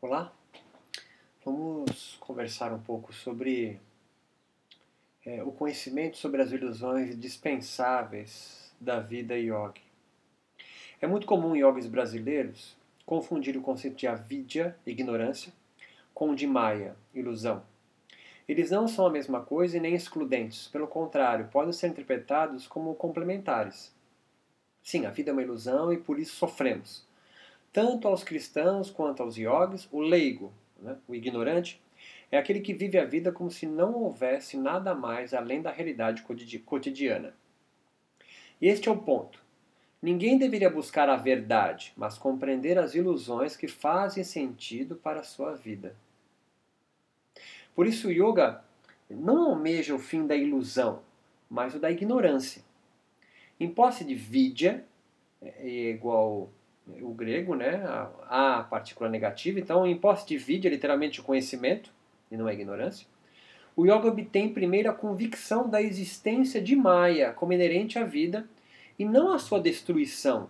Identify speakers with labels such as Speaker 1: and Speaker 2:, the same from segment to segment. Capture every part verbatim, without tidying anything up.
Speaker 1: Olá, vamos conversar um pouco sobre é, o conhecimento sobre as ilusões dispensáveis da vida yogi. É muito comum em yogis brasileiros confundir o conceito de avidya, ignorância, com o de maya, ilusão. Eles não são a mesma coisa e nem excludentes, pelo contrário, podem ser interpretados como complementares. Sim, a vida é uma ilusão e por isso sofremos. Tanto aos cristãos quanto aos yogis, o leigo, né, o ignorante, é aquele que vive a vida como se não houvesse nada mais além da realidade cotidiana. E este é o ponto. Ninguém deveria buscar a verdade, mas compreender as ilusões que fazem sentido para a sua vida. Por isso o yoga não almeja o fim da ilusão, mas o da ignorância. Em posse de vidya, é igual o grego, né? A, a partícula negativa. Então, em posse de vidya, literalmente o conhecimento, e não é ignorância, o yoga obtém primeiro a convicção da existência de Maya como inerente à vida e não a sua destruição.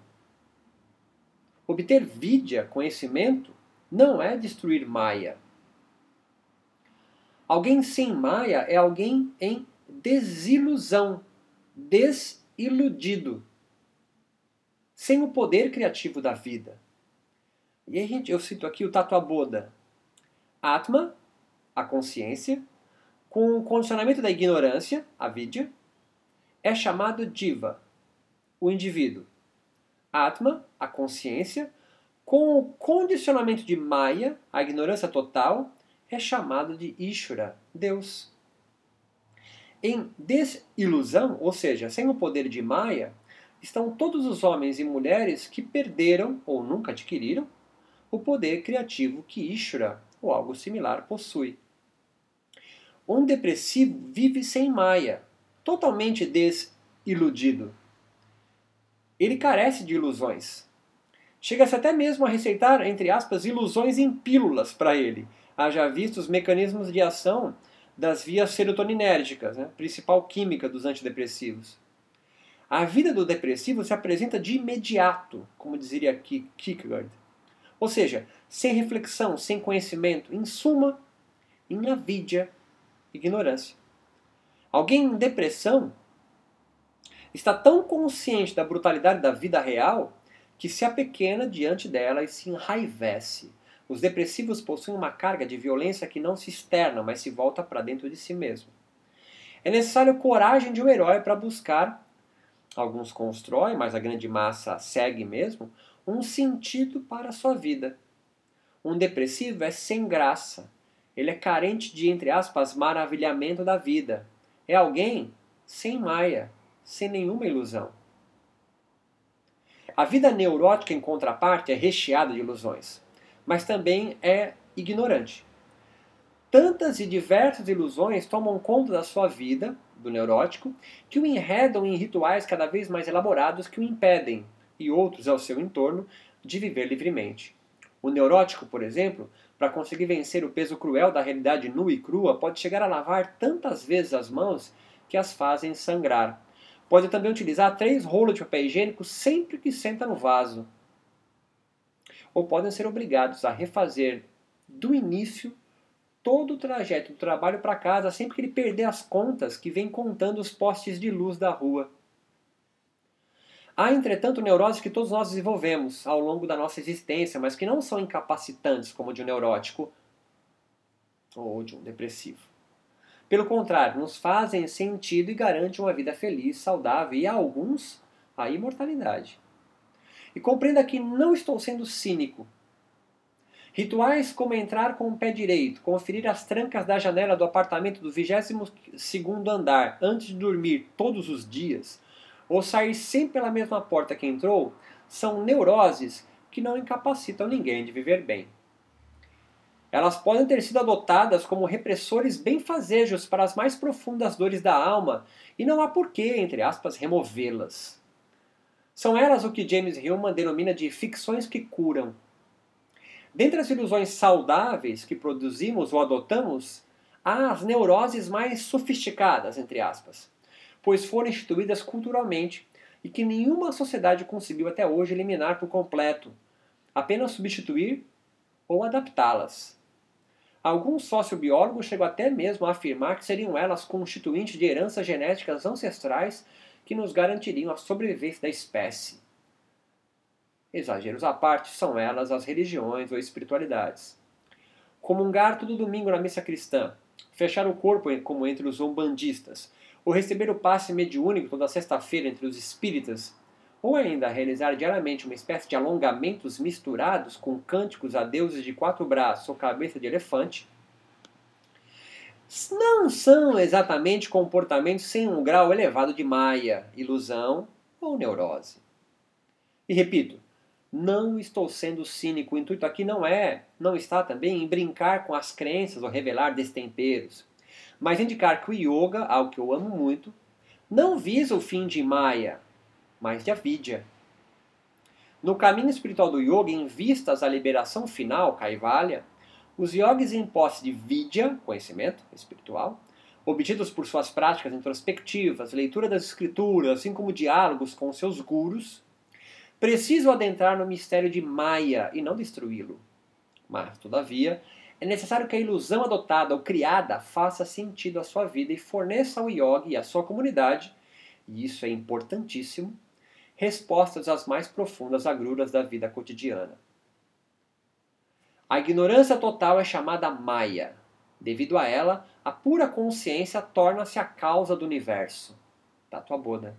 Speaker 1: Obter vidya, conhecimento, não é destruir Maya. Alguém sem Maya é alguém em desilusão, desiludido, sem o poder criativo da vida. E aí, gente, eu cito aqui o Tattva-Bodha. Atma, a consciência, com o condicionamento da ignorância, a vidya, é chamado Jiva, o indivíduo. Atma, a consciência, com o condicionamento de Maya, a ignorância total, é chamado de Ishvara, Deus. Em desilusão, ou seja, sem o poder de Maya, estão todos os homens e mulheres que perderam, ou nunca adquiriram, o poder criativo que Ishvara, ou algo similar, possui. Um depressivo vive sem Maya, totalmente desiludido. Ele carece de ilusões. Chega-se até mesmo a receitar, entre aspas, ilusões em pílulas para ele. Haja visto os mecanismos de ação das vias serotoninérgicas, né, principal química dos antidepressivos. A vida do depressivo se apresenta de imediato, como diria Kierkegaard. Ou seja, sem reflexão, sem conhecimento, em suma, em avidya, ignorância. Alguém em depressão está tão consciente da brutalidade da vida real que se apequena diante dela e se enraivece. Os depressivos possuem uma carga de violência que não se externa, mas se volta para dentro de si mesmo. É necessário coragem de um herói para buscar, alguns constroem, mas a grande massa segue mesmo, um sentido para a sua vida. Um depressivo é sem graça. Ele é carente de, entre aspas, maravilhamento da vida. É alguém sem Maya, sem nenhuma ilusão. A vida neurótica, em contraparte, é recheada de ilusões, mas também é ignorante. Tantas e diversas ilusões tomam conta da sua vida, do neurótico, que o enredam em rituais cada vez mais elaborados que o impedem, e outros ao seu entorno, de viver livremente. O neurótico, por exemplo, para conseguir vencer o peso cruel da realidade nua e crua, pode chegar a lavar tantas vezes as mãos que as fazem sangrar. Pode também utilizar três rolos de papel higiênico sempre que senta no vaso. Ou podem ser obrigados a refazer do início todo o trajeto do trabalho para casa sempre que ele perder as contas que vem contando os postes de luz da rua. Há, entretanto, neuroses que todos nós desenvolvemos ao longo da nossa existência, mas que não são incapacitantes como de um neurótico ou de um depressivo. Pelo contrário, nos fazem sentido e garantem uma vida feliz, saudável e, a alguns, a imortalidade. E compreenda que não estou sendo cínico. Rituais como entrar com o pé direito, conferir as trancas da janela do apartamento do vigésimo segundo andar antes de dormir todos os dias, ou sair sempre pela mesma porta que entrou, são neuroses que não incapacitam ninguém de viver bem. Elas podem ter sido adotadas como repressores benfazejos para as mais profundas dores da alma, e não há porquê, entre aspas, removê-las. São elas o que James Hillman denomina de ficções que curam. Dentre as ilusões saudáveis que produzimos ou adotamos, há as neuroses mais sofisticadas, entre aspas, pois foram instituídas culturalmente e que nenhuma sociedade conseguiu até hoje eliminar por completo, apenas substituir ou adaptá-las. Alguns sociobiólogos chegam até mesmo a afirmar que seriam elas constituintes de heranças genéticas ancestrais que nos garantiriam a sobrevivência da espécie. Exageros à parte, são elas as religiões ou espiritualidades. Comungar todo domingo na missa cristã, fechar o corpo como entre os umbandistas, ou receber o passe mediúnico toda sexta-feira entre os espíritas, ou ainda realizar diariamente uma espécie de alongamentos misturados com cânticos a deuses de quatro braços ou cabeça de elefante, não são exatamente comportamentos sem um grau elevado de maia, ilusão ou neurose. E repito, não estou sendo cínico, o intuito aqui não é, não está também em brincar com as crenças ou revelar destemperos, mas indicar que o yoga, algo que eu amo muito, não visa o fim de Maya, mas de avidya. No caminho espiritual do yoga, em vistas à liberação final, Kaivalya, os yogis em posse de vidya, conhecimento espiritual, obtidos por suas práticas introspectivas, leitura das escrituras, assim como diálogos com seus gurus, precisam adentrar no mistério de Maya e não destruí-lo. Mas, todavia, é necessário que a ilusão adotada ou criada faça sentido à sua vida e forneça ao yogi e à sua comunidade, e isso é importantíssimo, respostas às mais profundas agruras da vida cotidiana. A ignorância total é chamada Maya. Devido a ela, a pura consciência torna-se a causa do universo. Tatua Boda.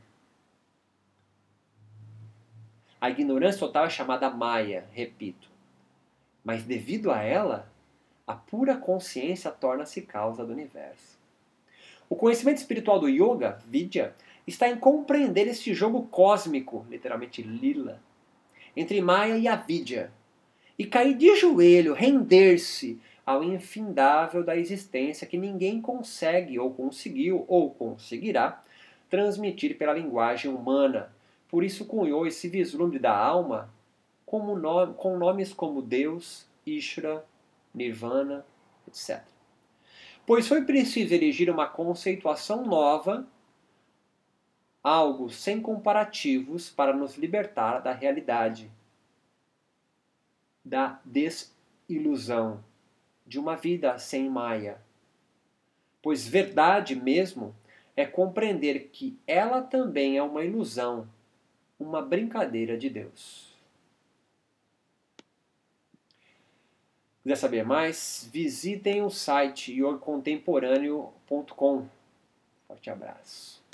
Speaker 1: A ignorância total é chamada Maya, repito. Mas devido a ela, a pura consciência torna-se causa do universo. O conhecimento espiritual do yoga, vidya, está em compreender este jogo cósmico, literalmente lila, entre Maya e avidya, e cair de joelho, render-se ao infindável da existência que ninguém consegue, ou conseguiu, ou conseguirá transmitir pela linguagem humana. Por isso cunhou esse vislumbre da alma como nome, com nomes como Deus, Ishvara, Nirvana, etcétera. Pois foi preciso erigir uma conceituação nova, algo sem comparativos, para nos libertar da realidade, da desilusão, de uma vida sem Maya. Pois verdade mesmo é compreender que ela também é uma ilusão, uma brincadeira de Deus. Se quiser saber mais, visitem o site yoga contemporâneo ponto com. Forte abraço.